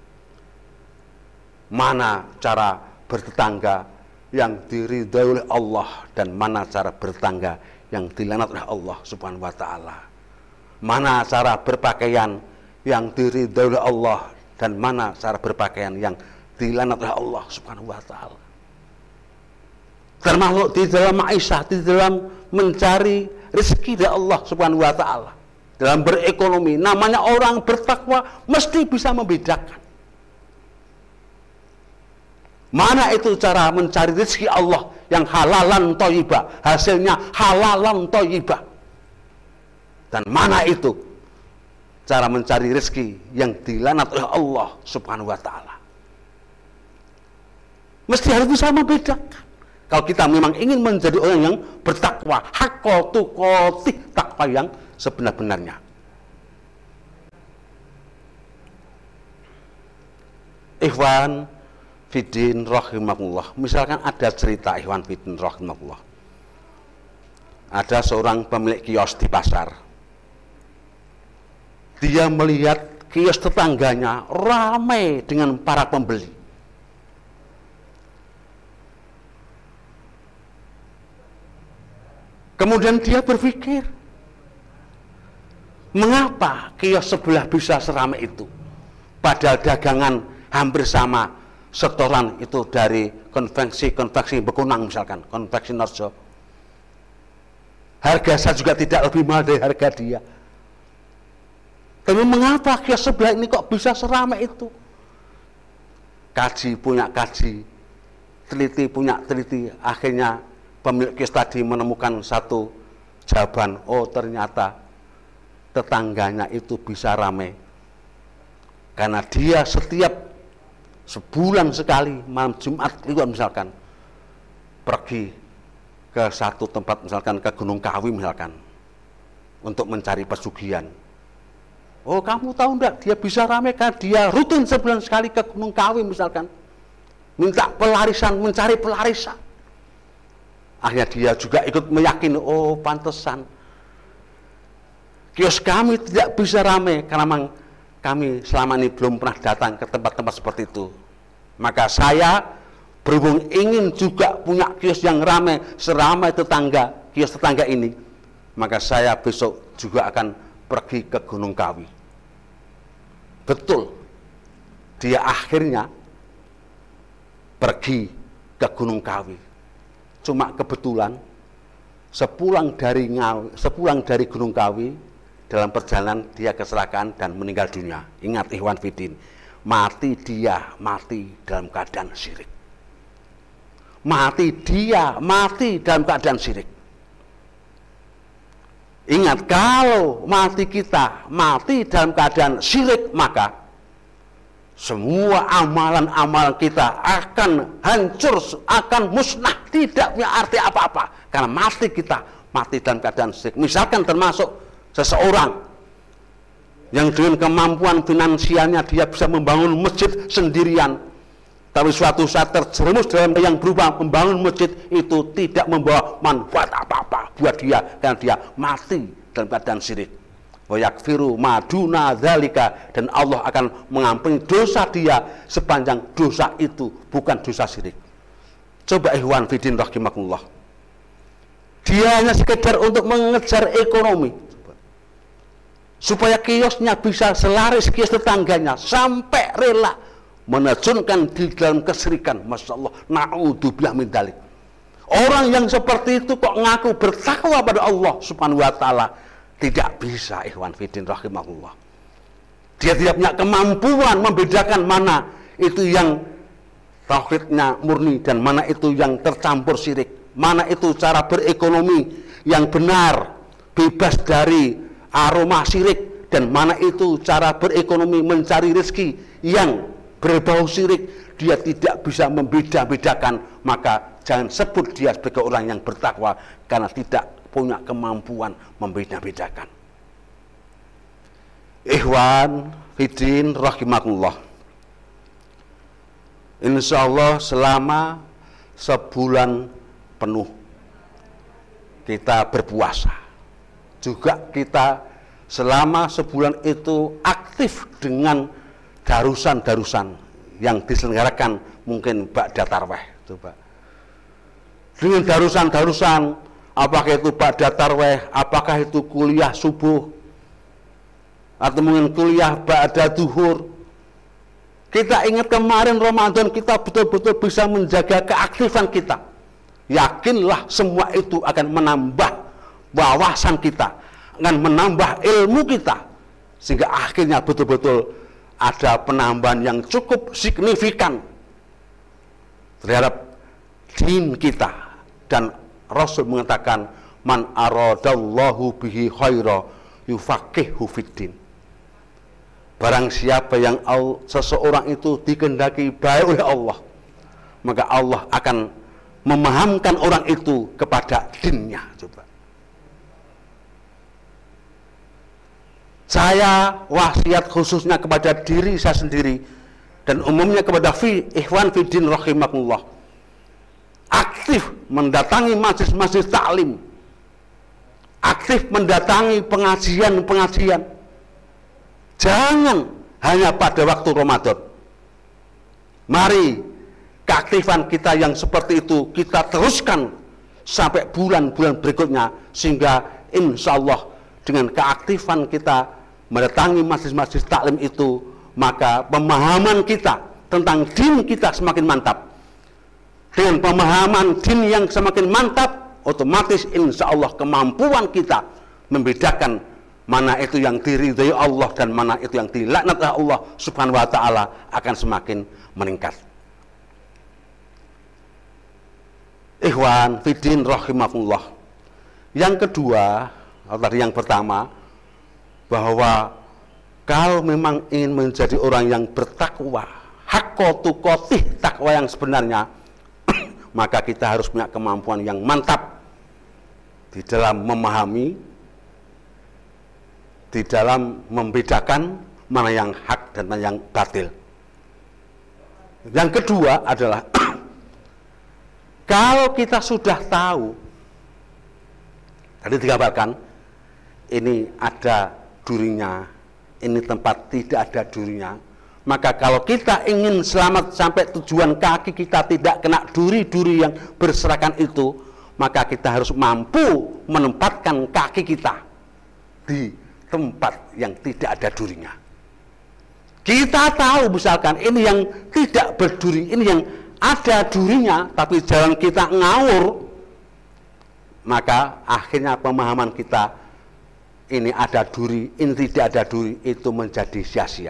mana cara bertetangga yang diridhai oleh Allah dan mana cara bertetangga yang dilaknat oleh Allah Subhanahu wa taala, mana cara berpakaian yang diridhai oleh Allah dan mana cara berpakaian yang dilaknat oleh Allah Subhanahu wa taala. Termasuk di dalam maisha, di dalam mencari rezeki dari Allah Subhanahu wa taala, dalam berekonomi. Namanya orang bertakwa mesti bisa membedakan mana itu cara mencari rezeki Allah yang halalan thayyibah, hasilnya halalan thayyibah, dan mana itu cara mencari rezeki yang dilaknat oleh Allah Subhanahu wa taala. Mesti harus bisa membedakan. Kalau kita memang ingin menjadi orang yang bertakwa, hakqa tuqatih, takwa yang sebenar-benarnya. Ikhwan fiddin rahimakumullah. Misalkan ada cerita ikhwan fiddin rahimakumullah. Ada seorang pemilik kios di pasar. Dia melihat kios tetangganya ramai dengan para pembeli. Kemudian dia berpikir, mengapa kios sebelah bisa seramai itu? Padahal dagangan hampir sama, setoran itu dari konveksi-konveksi Bekunang misalkan, konveksi Norjo. Harga saya juga tidak lebih mahal dari harga dia. Tapi mengapa kios sebelah ini kok bisa seramai itu? Kaji punya kaji, teliti punya teliti, akhirnya pemilik kios tadi menemukan satu jawaban. Oh, ternyata tetangganya itu bisa ramai karena dia setiap sebulan sekali malam Jumat lewat misalkan pergi ke satu tempat, misalkan ke Gunung Kawi misalkan, untuk mencari pesugihan. Oh, kamu tahu enggak, dia bisa ramai kan dia rutin sebulan sekali ke Gunung Kawi misalkan, minta pelarisan, mencari pelarisan. Akhirnya dia juga ikut meyakini, oh pantesan kios kami tidak bisa ramai karena memang kami selama ini belum pernah datang ke tempat-tempat seperti itu. Maka saya berhubung ingin juga punya kios yang ramai seramai tetangga, kios tetangga ini, maka saya besok juga akan pergi ke Gunung Kawi. Betul, dia akhirnya pergi ke Gunung Kawi. Cuma kebetulan sepulang dari Ngawi, sepulang dari Gunung Kawi, dalam perjalanan dia kecelakaan dan meninggal dunia. Ingat ikhwan fiddin, mati dia mati dalam keadaan syirik. Mati dia mati dalam keadaan syirik. Ingat, kalau mati kita mati dalam keadaan syirik, maka semua amalan-amalan kita akan hancur, akan musnah, tidak punya arti apa-apa. Karena mati kita, mati dalam keadaan syirik. Misalkan termasuk seseorang yang dengan kemampuan finansialnya dia bisa membangun masjid sendirian, tapi suatu saat terjerumus dalam yang berupa membangun masjid itu tidak membawa manfaat apa-apa buat dia, karena dia mati dalam keadaan syirik. Wa yakfiru maduna dzalika, dan Allah akan mengampuni dosa dia sepanjang dosa itu bukan dosa syirik. Coba ikhwan fiddin rahimakumullah, dia hanya sekedar untuk mengejar ekonomi supaya kiosnya bisa selaris kios tetangganya, sampai rela menerjunkan di dalam kesyirikan. Masya Allah, na'udzubillah min dzalik. Orang yang seperti itu kok ngaku bertakwa pada Allah Subhanahu wa taala? Tidak bisa ikhwan fiddin rahimahullah. Dia tidak punya kemampuan membedakan mana itu yang tauhidnya murni dan mana itu yang tercampur syirik, mana itu cara berekonomi yang benar, bebas dari aroma syirik dan mana itu cara berekonomi mencari rezeki yang berbau syirik, dia tidak bisa membeda-bedakan, maka jangan sebut dia sebagai orang yang bertakwa karena tidak punya kemampuan membeda-bedakan. Ikhwan fiddin rahimakumullah, insya Allah selama sebulan penuh kita berpuasa, juga kita selama sebulan itu aktif dengan darusan-darusan yang diselenggarakan, mungkin ba'da tarwih, coba dengan darusan-darusan, apakah itu ba'da tarwih, apakah itu kuliah subuh, atau mungkin kuliah ba'da duhur. Kita ingat kemarin Ramadan kita betul-betul bisa menjaga keaktifan kita. Yakinlah semua itu akan menambah wawasan kita, akan menambah ilmu kita, sehingga akhirnya betul-betul ada penambahan yang cukup signifikan terhadap din kita. Dan Rasul mengatakan, man aradallahu bihi khaira yufaqihu fiddin. Barang siapa yang Allah, seseorang itu dikehendaki baik oleh Allah, maka Allah akan memahamkan orang itu kepada dinnya. Coba. Saya wasiat khususnya kepada diri saya sendiri dan umumnya kepada fi ikhwan fiddin rahimakumullah, aktif mendatangi majelis-majelis taklim, aktif mendatangi pengajian-pengajian. Jangan hanya pada waktu Ramadan. Mari keaktifan kita yang seperti itu kita teruskan sampai bulan-bulan berikutnya, sehingga insya Allah dengan keaktifan kita mendatangi majelis-majelis taklim itu, maka pemahaman kita tentang din kita semakin mantap. Dengan pemahaman din yang semakin mantap, otomatis insya Allah kemampuan kita membedakan mana itu yang diridhai Allah dan mana itu yang dilaknat Allah Subhanahu wa taala akan semakin meningkat. Ikhwan fiddin rahimakumullah. Yang kedua, atau tadi yang pertama, bahwa kalau memang ingin menjadi orang yang bertakwa, haqqo tuqatih, takwa yang sebenarnya, maka kita harus punya kemampuan yang mantap di dalam memahami, di dalam membedakan mana yang hak dan mana yang batil. Yang kedua adalah kalau kita sudah tahu, tadi digambarkan ini ada durinya, ini tempat tidak ada durinya, maka kalau kita ingin selamat sampai tujuan, kaki kita tidak kena duri-duri yang berserakan itu, maka kita harus mampu menempatkan kaki kita di tempat yang tidak ada durinya. Kita tahu misalkan ini yang tidak berduri, ini yang ada durinya, tapi jalan kita ngawur, maka akhirnya pemahaman kita ini ada duri, ini tidak ada duri, itu menjadi sia-sia.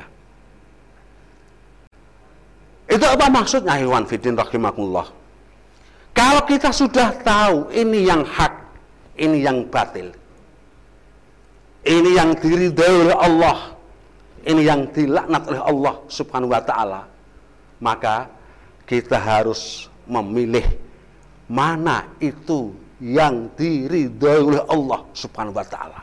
Itu apa maksudnya, ikhwan fiddin rahimakumullah? Kalau kita sudah tahu ini yang hak, ini yang batil, ini yang diridhai oleh Allah, ini yang dilaknat oleh Allah Subhanahu wa taala, maka kita harus memilih mana itu yang diridhai oleh Allah Subhanahu wa taala,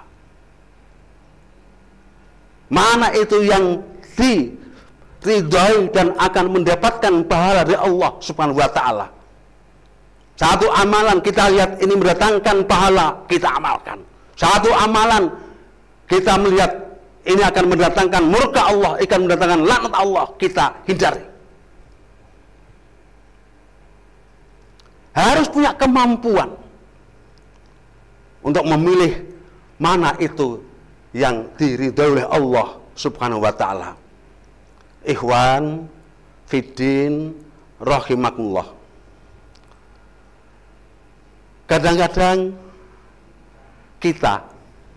mana itu yang diridhai dan akan mendapatkan pahala dari Allah Subhanahu wa taala. Satu amalan kita lihat ini mendatangkan pahala, kita amalkan. Satu amalan kita melihat ini akan mendatangkan murka Allah, akan mendatangkan laknat Allah, kita hindari. Harus punya kemampuan untuk memilih mana itu yang diridhai oleh Allah Subhanahu wa taala. Ikhwan fiddin rahimakumullah. Kadang-kadang kita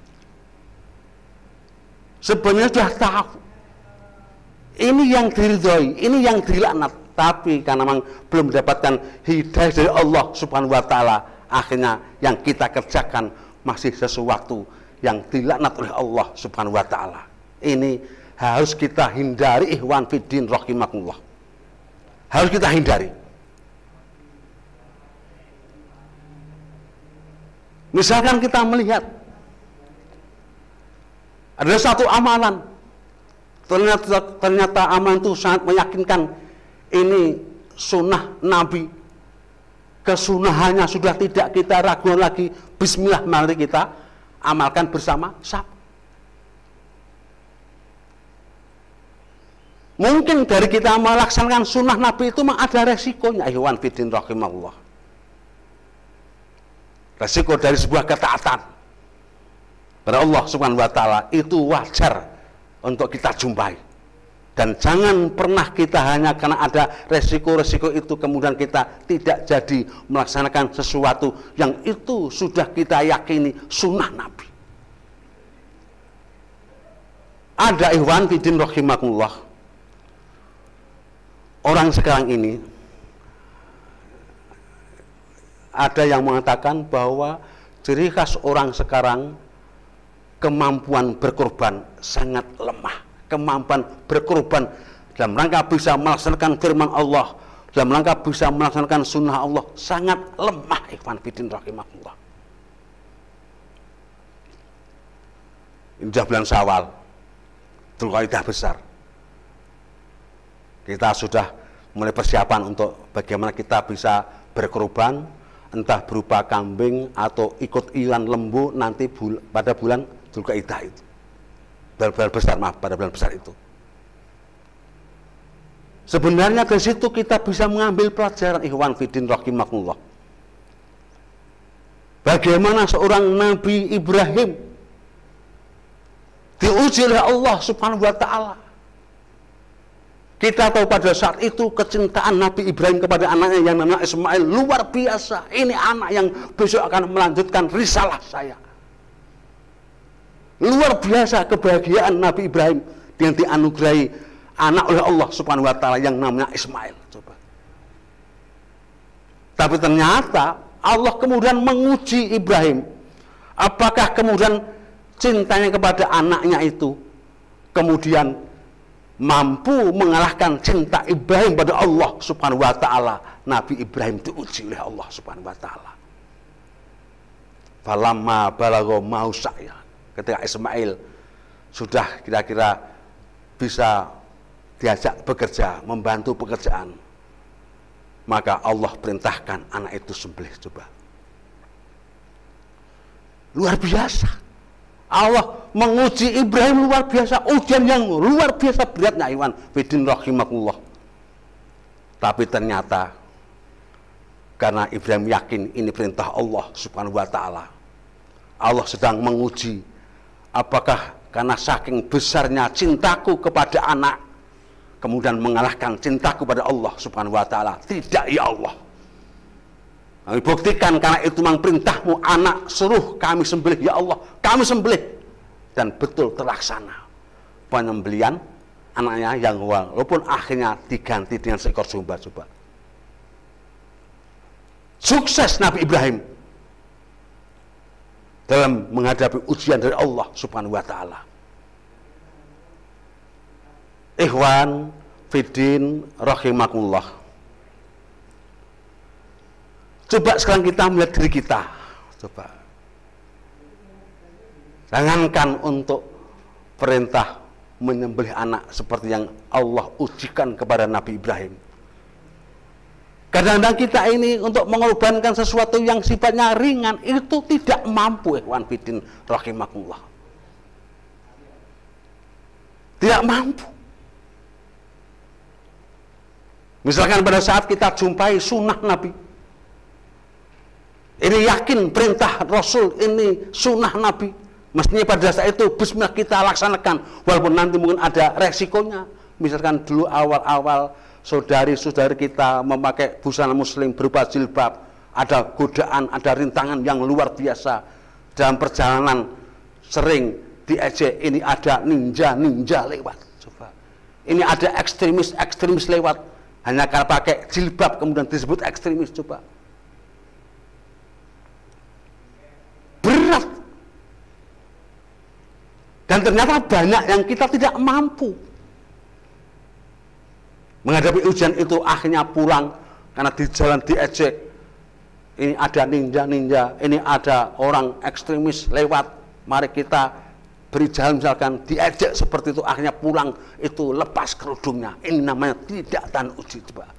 sebenarnya sudah tahu ini yang diridhoi, ini yang dilaknat, tapi karena memang belum mendapatkan hidayah dari Allah Subhanahu wa taala, akhirnya yang kita kerjakan masih sesuatu yang dilaknat oleh Allah Subhanahu wa taala. Ini harus kita hindari, ikhwan fiddin rahimakumullah. Harus kita hindari. Misalkan kita melihat ada satu amalan, ternyata, ternyata amalan itu sangat meyakinkan, ini sunnah Nabi, kesunahannya sudah tidak kita ragukan lagi. Bismillah, mari kita amalkan bersama sama. Mungkin dari kita melaksanakan sunnah Nabi itu memang ada resikonya, ikhwan fiddin rahimahullah. Resiko dari sebuah ketaatan pada Allah Subhanahu wa taala itu wajar untuk kita jumpai. Dan jangan pernah kita hanya karena ada resiko-resiko itu kemudian kita tidak jadi melaksanakan sesuatu yang itu sudah kita yakini sunnah Nabi. Ada ikhwan fiddin rahimakumullah, orang sekarang ini ada yang mengatakan bahwa ciri khas orang sekarang kemampuan berkorban sangat lemah. Kemampuan berkorban dalam rangka bisa melaksanakan firman Allah, dalam rangka bisa melaksanakan sunnah Allah sangat lemah, ikhwan fiddin rahimakumullah. Ini sudah bulan Syawal, Dzulqa'dah besar. Kita sudah mulai persiapan untuk bagaimana kita bisa berkorban, entah berupa kambing atau ikut ilan lembu nanti bul pada bulan Dzulqa'dah itu. Bulan besar, maaf, pada bulan besar itu. Sebenarnya dari situ kita bisa mengambil pelajaran, ikhwan fiddin rahimakumullah. Bagaimana seorang Nabi Ibrahim diuji oleh Allah Subhanahu wa taala. Kita tahu pada saat itu kecintaan Nabi Ibrahim kepada anaknya yang namanya Ismail luar biasa. Ini anak yang besok akan melanjutkan risalah saya. Luar biasa kebahagiaan Nabi Ibrahim yang dianugerahi anak oleh Allah Subhanahu wa taala yang namanya Ismail. Coba. Tapi ternyata Allah kemudian menguji Ibrahim. Apakah kemudian cintanya kepada anaknya itu kemudian mampu mengalahkan cinta Ibrahim pada Allah Subhanahu wa taala? Nabi Ibrahim diuji oleh Allah Subhanahu wa taala. Falamma balagha mau saya, ketika Ismail sudah kira-kira bisa diajak bekerja, membantu pekerjaan, maka Allah perintahkan anak itu sembelih. Coba, luar biasa. Allah menguji Ibrahim luar biasa, ujian yang luar biasa beratnya, ikhwan fiddin rahimakumullah. Tapi ternyata karena Ibrahim yakin ini perintah Allah Subhanahu wa taala, Allah sedang menguji apakah karena saking besarnya cintaku kepada anak kemudian mengalahkan cintaku pada Allah Subhanahu wa taala. Tidak, ya Allah, kami buktikan karena itu memang perintahmu, anak suruh kami sembelih, ya Allah kami sembelih. Dan betul terlaksana penyembelian anaknya yang walaupun akhirnya diganti dengan seekor domba. Coba, sukses Nabi Ibrahim dalam menghadapi ujian dari Allah Subhanahu wa taala. Ikhwan fiddin rahimakumullah. Coba sekarang kita melihat diri kita. Coba. Jangankan untuk perintah menyembelih anak seperti yang Allah ujikan kepada Nabi Ibrahim. Kadang-kadang kita ini untuk mengorbankan sesuatu yang sifatnya ringan itu tidak mampu, ikhwan fiddin rahimakumullah. Tidak mampu. Misalkan pada saat kita jumpai sunnah Nabi, ini yakin perintah Rasul, ini sunnah Nabi, mestinya pada saat itu bismillah kita laksanakan, walaupun nanti mungkin ada resikonya. Misalkan dulu awal-awal saudari-saudari kita memakai busana muslim berupa jilbab, ada godaan, ada rintangan yang luar biasa. Dalam perjalanan sering diejek, ini ada ninja-ninja lewat. Coba, ini ada ekstremis-ekstremis lewat. Hanya karena pakai jilbab kemudian disebut ekstremis. Coba, berat. Dan ternyata banyak yang kita tidak mampu menghadapi ujian itu, akhirnya pulang karena di jalan diejek. Ini ada ninja-ninja, ini ada orang ekstremis lewat, mari kita beri jalan, misalkan diejek seperti itu, akhirnya pulang itu lepas kerudungnya. Ini namanya tidak tahan uji. Coba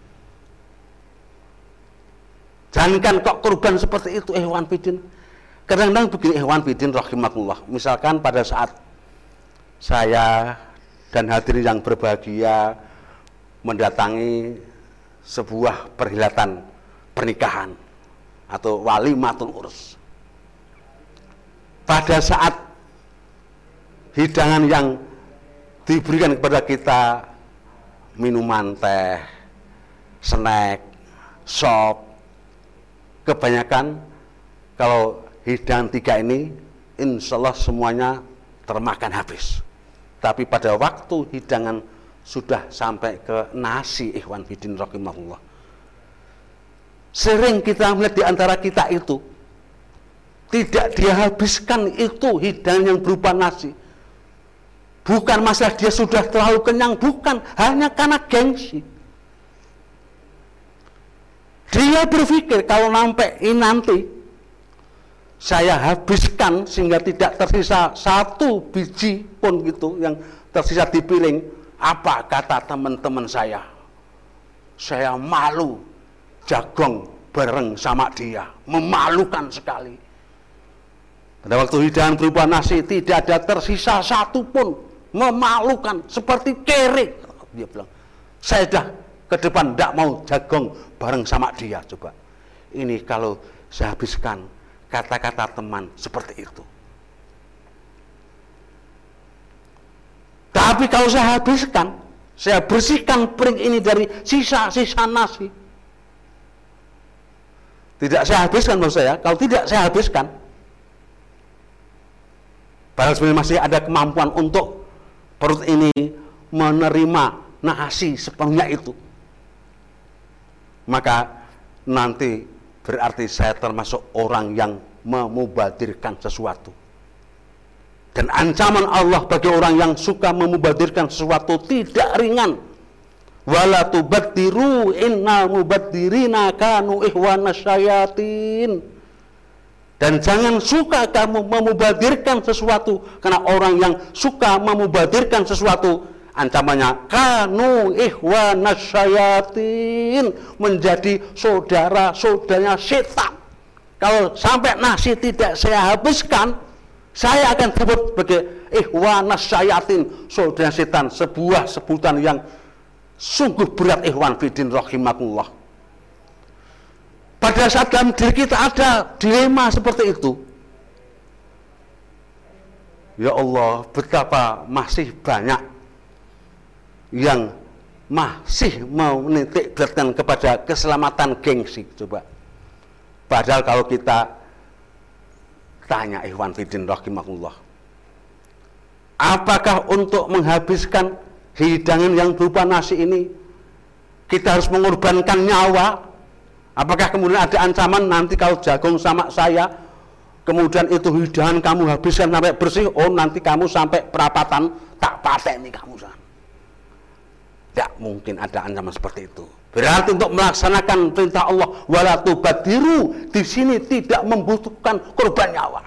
jangankan kok korban seperti itu, ikhwan fillah. Kadang-kadang begini, ikhwan fillah rahimakumullah, misalkan pada saat saya dan hadirin yang berbahagia mendatangi sebuah perhelatan pernikahan atau walimatul urus. Pada saat hidangan yang diberikan kepada kita, minuman, teh, snack, sop, kebanyakan kalau hidangan tiga ini insya Allah semuanya termakan habis. Tapi pada waktu hidangan sudah sampai ke nasi, ikhwan bidin rahimahullah, sering kita melihat di antara kita itu tidak dihabiskan itu hidangan yang berupa nasi. Bukan masalah dia sudah terlalu kenyang, bukan, hanya karena gengsi. Dia berpikir kalau sampai ini nanti saya habiskan sehingga tidak tersisa satu biji pun gitu yang tersisa di piring, apa kata teman-teman saya? Saya malu jagong bareng sama dia, memalukan sekali. Pada waktu hidangan berupa nasi tidak ada tersisa satu pun, memalukan, seperti kere. Dia bilang, saya dah ke depan tidak mau jagong bareng sama dia. Coba ini kalau saya habiskan, kata-kata teman seperti itu. Tapi kalau saya habiskan, saya bersihkan piring ini dari sisa-sisa nasi, tidak saya habiskan maksud saya, kalau tidak saya habiskan, padahal sebenarnya masih ada kemampuan untuk perut ini menerima nasi sepenuhnya itu, maka nanti berarti saya termasuk orang yang memubadirkan sesuatu. Dan ancaman Allah bagi orang yang suka memubadirkan sesuatu tidak ringan. Wala tubaddiru innal mubaddirina kanu ikhwanas syayatin. Dan jangan suka kamu memubadirkan sesuatu, karena orang yang suka memubadirkan sesuatu ancamannya kanu ikhwanas syayatin, menjadi saudara-saudaranya setan. Kalau sampai nasi tidak saya habiskan, saya akan disebut sebagai ikhwanas syayatin, saudara setan, sebuah sebutan yang sungguh berat, ikhwan fillah rahimakumullah. Pada saat dalam diri kita ada dilema seperti itu, ya Allah, betapa masih banyak yang masih mau menitik beratkan kepada keselamatan gengsi. Coba, padahal kalau kita tanya, ikhwan fillah rahimakumullah, apakah untuk menghabiskan hidangan yang berupa nasi ini kita harus mengorbankan nyawa? Apakah kemudian ada ancaman nanti kalau jagung sama saya, kemudian itu hidangan kamu habiskan sampai bersih, oh nanti kamu sampai perapatan tak pateni kamu. Tidak mungkin ada ancaman seperti itu. Berarti untuk melaksanakan perintah Allah wala tubadiru di sini tidak membutuhkan korban nyawa.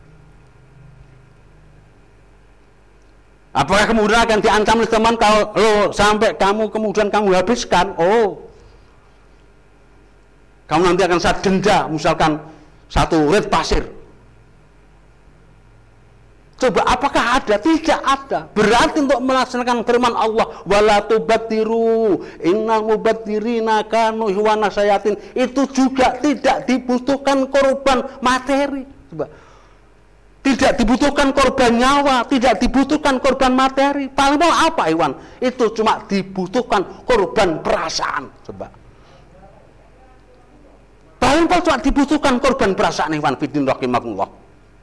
Apakah kemudian akan diancam oleh teman kalau lo sampai kamu kemudian kamu habiskan, oh kamu nanti akan saya denda misalkan satu red pasir. Coba, apakah ada? Tidak ada. Berarti untuk melaksanakan firman Allah wala tubadiru innal mubaddirina kanu ikhwanas syayatin, itu juga tidak dibutuhkan korban materi. Coba, tidak dibutuhkan korban nyawa, tidak dibutuhkan korban materi. Paling mau apa, Iwan? Itu cuma dibutuhkan korban perasaan. Coba, paling mau cuma dibutuhkan korban perasaan, Iwan bidin rahimakumullah.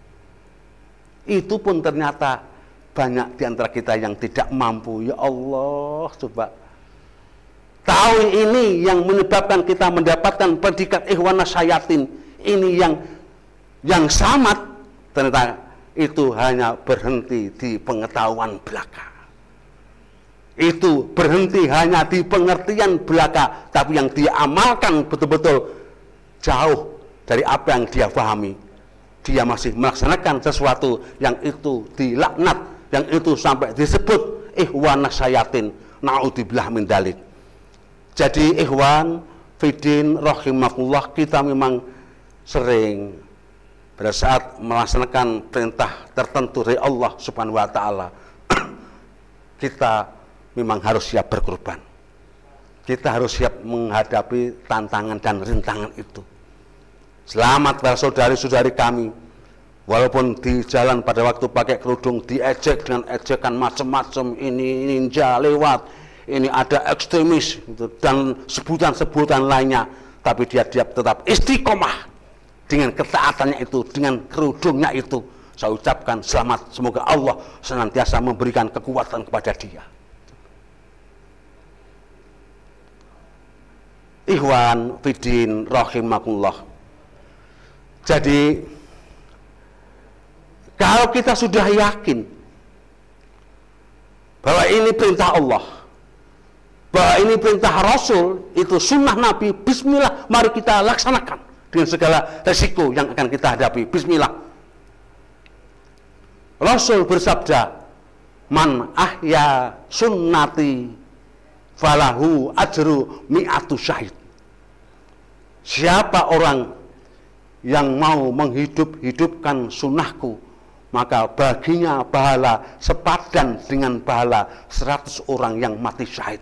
Itu pun ternyata banyak di antara kita yang tidak mampu. Ya Allah, coba tahu ini yang menyebabkan kita mendapatkan predikat ikhwanas syayatin ini yang yang samat. Ternyata itu hanya berhenti di pengetahuan belaka. Itu berhenti hanya di pengertian belaka, tapi yang dia amalkan betul-betul jauh dari apa yang dia pahami. Dia masih melaksanakan sesuatu yang itu dilaknat, yang itu sampai disebut ikhwan syayatin. Na'udzubillah min dzalik. Jadi ikhwan fidin rahimakumullah, kita memang sering pada saat melaksanakan perintah tertentu dari Allah Subhanahu wa taala kita memang harus siap berkorban. Kita harus siap menghadapi tantangan dan rintangan itu. Selamat para saudari-saudari kami, walaupun di jalan pada waktu pakai kerudung diejek dengan ejekan macam-macam, ini ninja lewat, ini ada ekstremis gitu, dan sebutan-sebutan lainnya, tapi dia, dia tetap istiqomah dengan ketaatannya itu, dengan kerudungnya itu. Saya ucapkan selamat, semoga Allah senantiasa memberikan kekuatan kepada dia. Ikhwan fidin rahimakumullah. Jadi kalau kita sudah yakin bahwa ini perintah Allah, bahwa ini perintah Rasul, itu sunnah Nabi, bismillah, mari kita laksanakan dengan segala resiko yang akan kita hadapi. Bismillah. Rasul bersabda, man ahya sunnati falahu ajru mi'atu syahid. Siapa orang yang mau menghidup-hidupkan sunnahku, maka baginya pahala sepadan dengan pahala seratus orang yang mati syahid.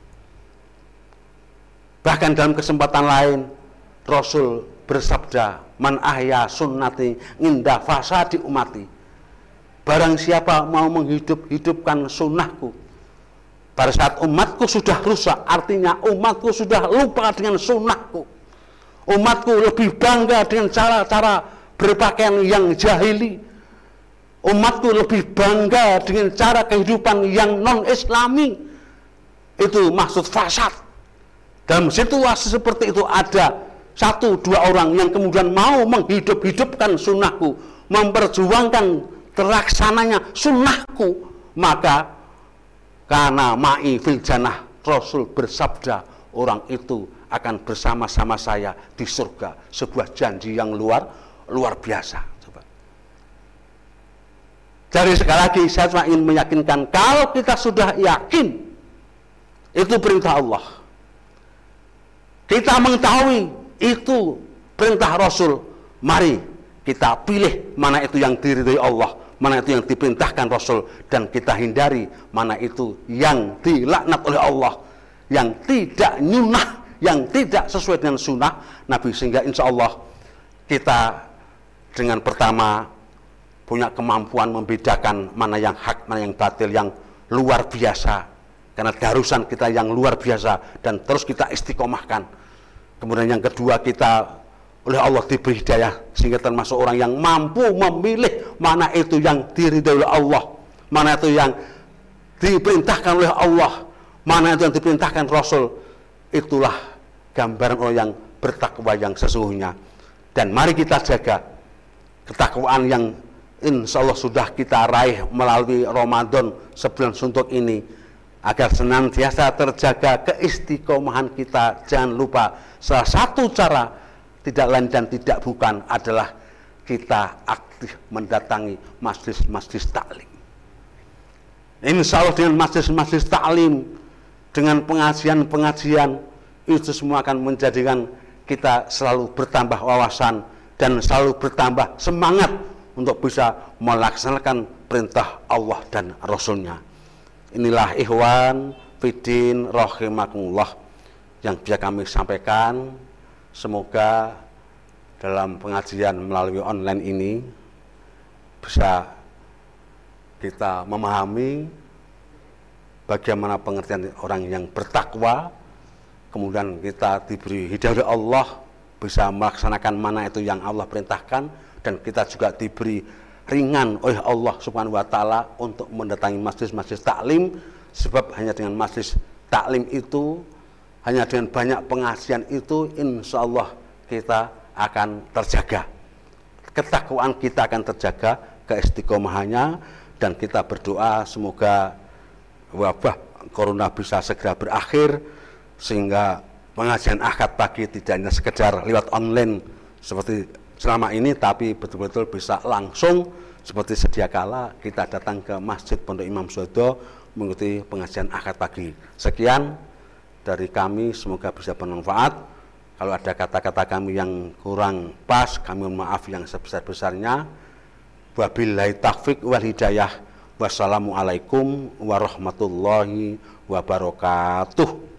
Bahkan dalam kesempatan lain Rasul bersabda, man ahya sunnati inda fasadi umati. Barang siapa mau menghidup-hidupkan sunnahku pada saat umatku sudah rusak, artinya umatku sudah lupa dengan sunnahku, umatku lebih bangga dengan cara-cara berpakaian yang jahili, umatku lebih bangga dengan cara kehidupan yang non-islami, itu maksud fasad. Dalam situasi seperti itu ada satu dua orang yang kemudian mau menghidup-hidupkan sunnahku, memperjuangkan terlaksananya sunnahku, maka karena ma'i fil jannah, Rasul bersabda, orang itu akan bersama-sama saya di surga. Sebuah janji yang luar luar biasa. Coba. Jadi sekali lagi saya cuma ingin meyakinkan, kalau kita sudah yakin itu perintah Allah, kita mengetahui itu perintah Rasul, mari kita pilih mana itu yang diridhoi Allah, mana itu yang diperintahkan Rasul, dan kita hindari mana itu yang dilaknat oleh Allah, yang tidak nyunah, yang tidak sesuai dengan sunnah Nabi. Sehingga insya Allah kita dengan pertama punya kemampuan membedakan mana yang hak, mana yang batil, yang luar biasa, karena keharusan kita yang luar biasa, dan terus kita istiqomahkan. Kemudian yang kedua, kita oleh Allah diberi hidayah sehingga termasuk orang yang mampu memilih mana itu yang diridhoi oleh Allah, mana itu yang diperintahkan oleh Allah, mana itu yang diperintahkan Rasul. Itulah gambaran orang yang bertakwa yang sesungguhnya. Dan mari kita jaga ketakwaan yang insya Allah sudah kita raih melalui Ramadan sebulan suntuk ini, agar senantiasa terjaga keistiqomahan kita. Jangan lupa, salah satu cara tidak lain dan tidak bukan adalah kita aktif mendatangi masjid-masjid taklim. Insya Allah dengan masjid-masjid taklim, dengan pengajian-pengajian, itu semua akan menjadikan kita selalu bertambah wawasan dan selalu bertambah semangat untuk bisa melaksanakan perintah Allah dan Rasulnya. Inilah ikhwan fidin rahimakumullah yang bisa kami sampaikan. Semoga dalam pengajian melalui online ini bisa kita memahami bagaimana pengertian orang yang bertakwa, kemudian kita diberi hidayah oleh Allah, bisa melaksanakan mana itu yang Allah perintahkan, dan kita juga diberi ringan oleh Allah Subhanahu wa taala untuk mendatangi masjid-masjid taklim, sebab hanya dengan masjid taklim itu, hanya dengan banyak pengajian itu, insya Allah kita akan terjaga, ketakwaan kita akan terjaga, keistiqomahannya, dan kita berdoa semoga wabah corona bisa segera berakhir sehingga pengajian akad pagi tidak hanya sekedar lewat online seperti selama ini, tapi betul-betul bisa langsung seperti sedia kala kita datang ke Masjid Pondok Imam Suwodo mengikuti pengajian akad pagi. Sekian dari kami, semoga bisa bermanfaat. Kalau ada kata-kata kami yang kurang pas, kami mohon maaf yang sebesar-besarnya. Wabillahi taufiq wal hidayah. Wassalamualaikum warahmatullahi wabarakatuh.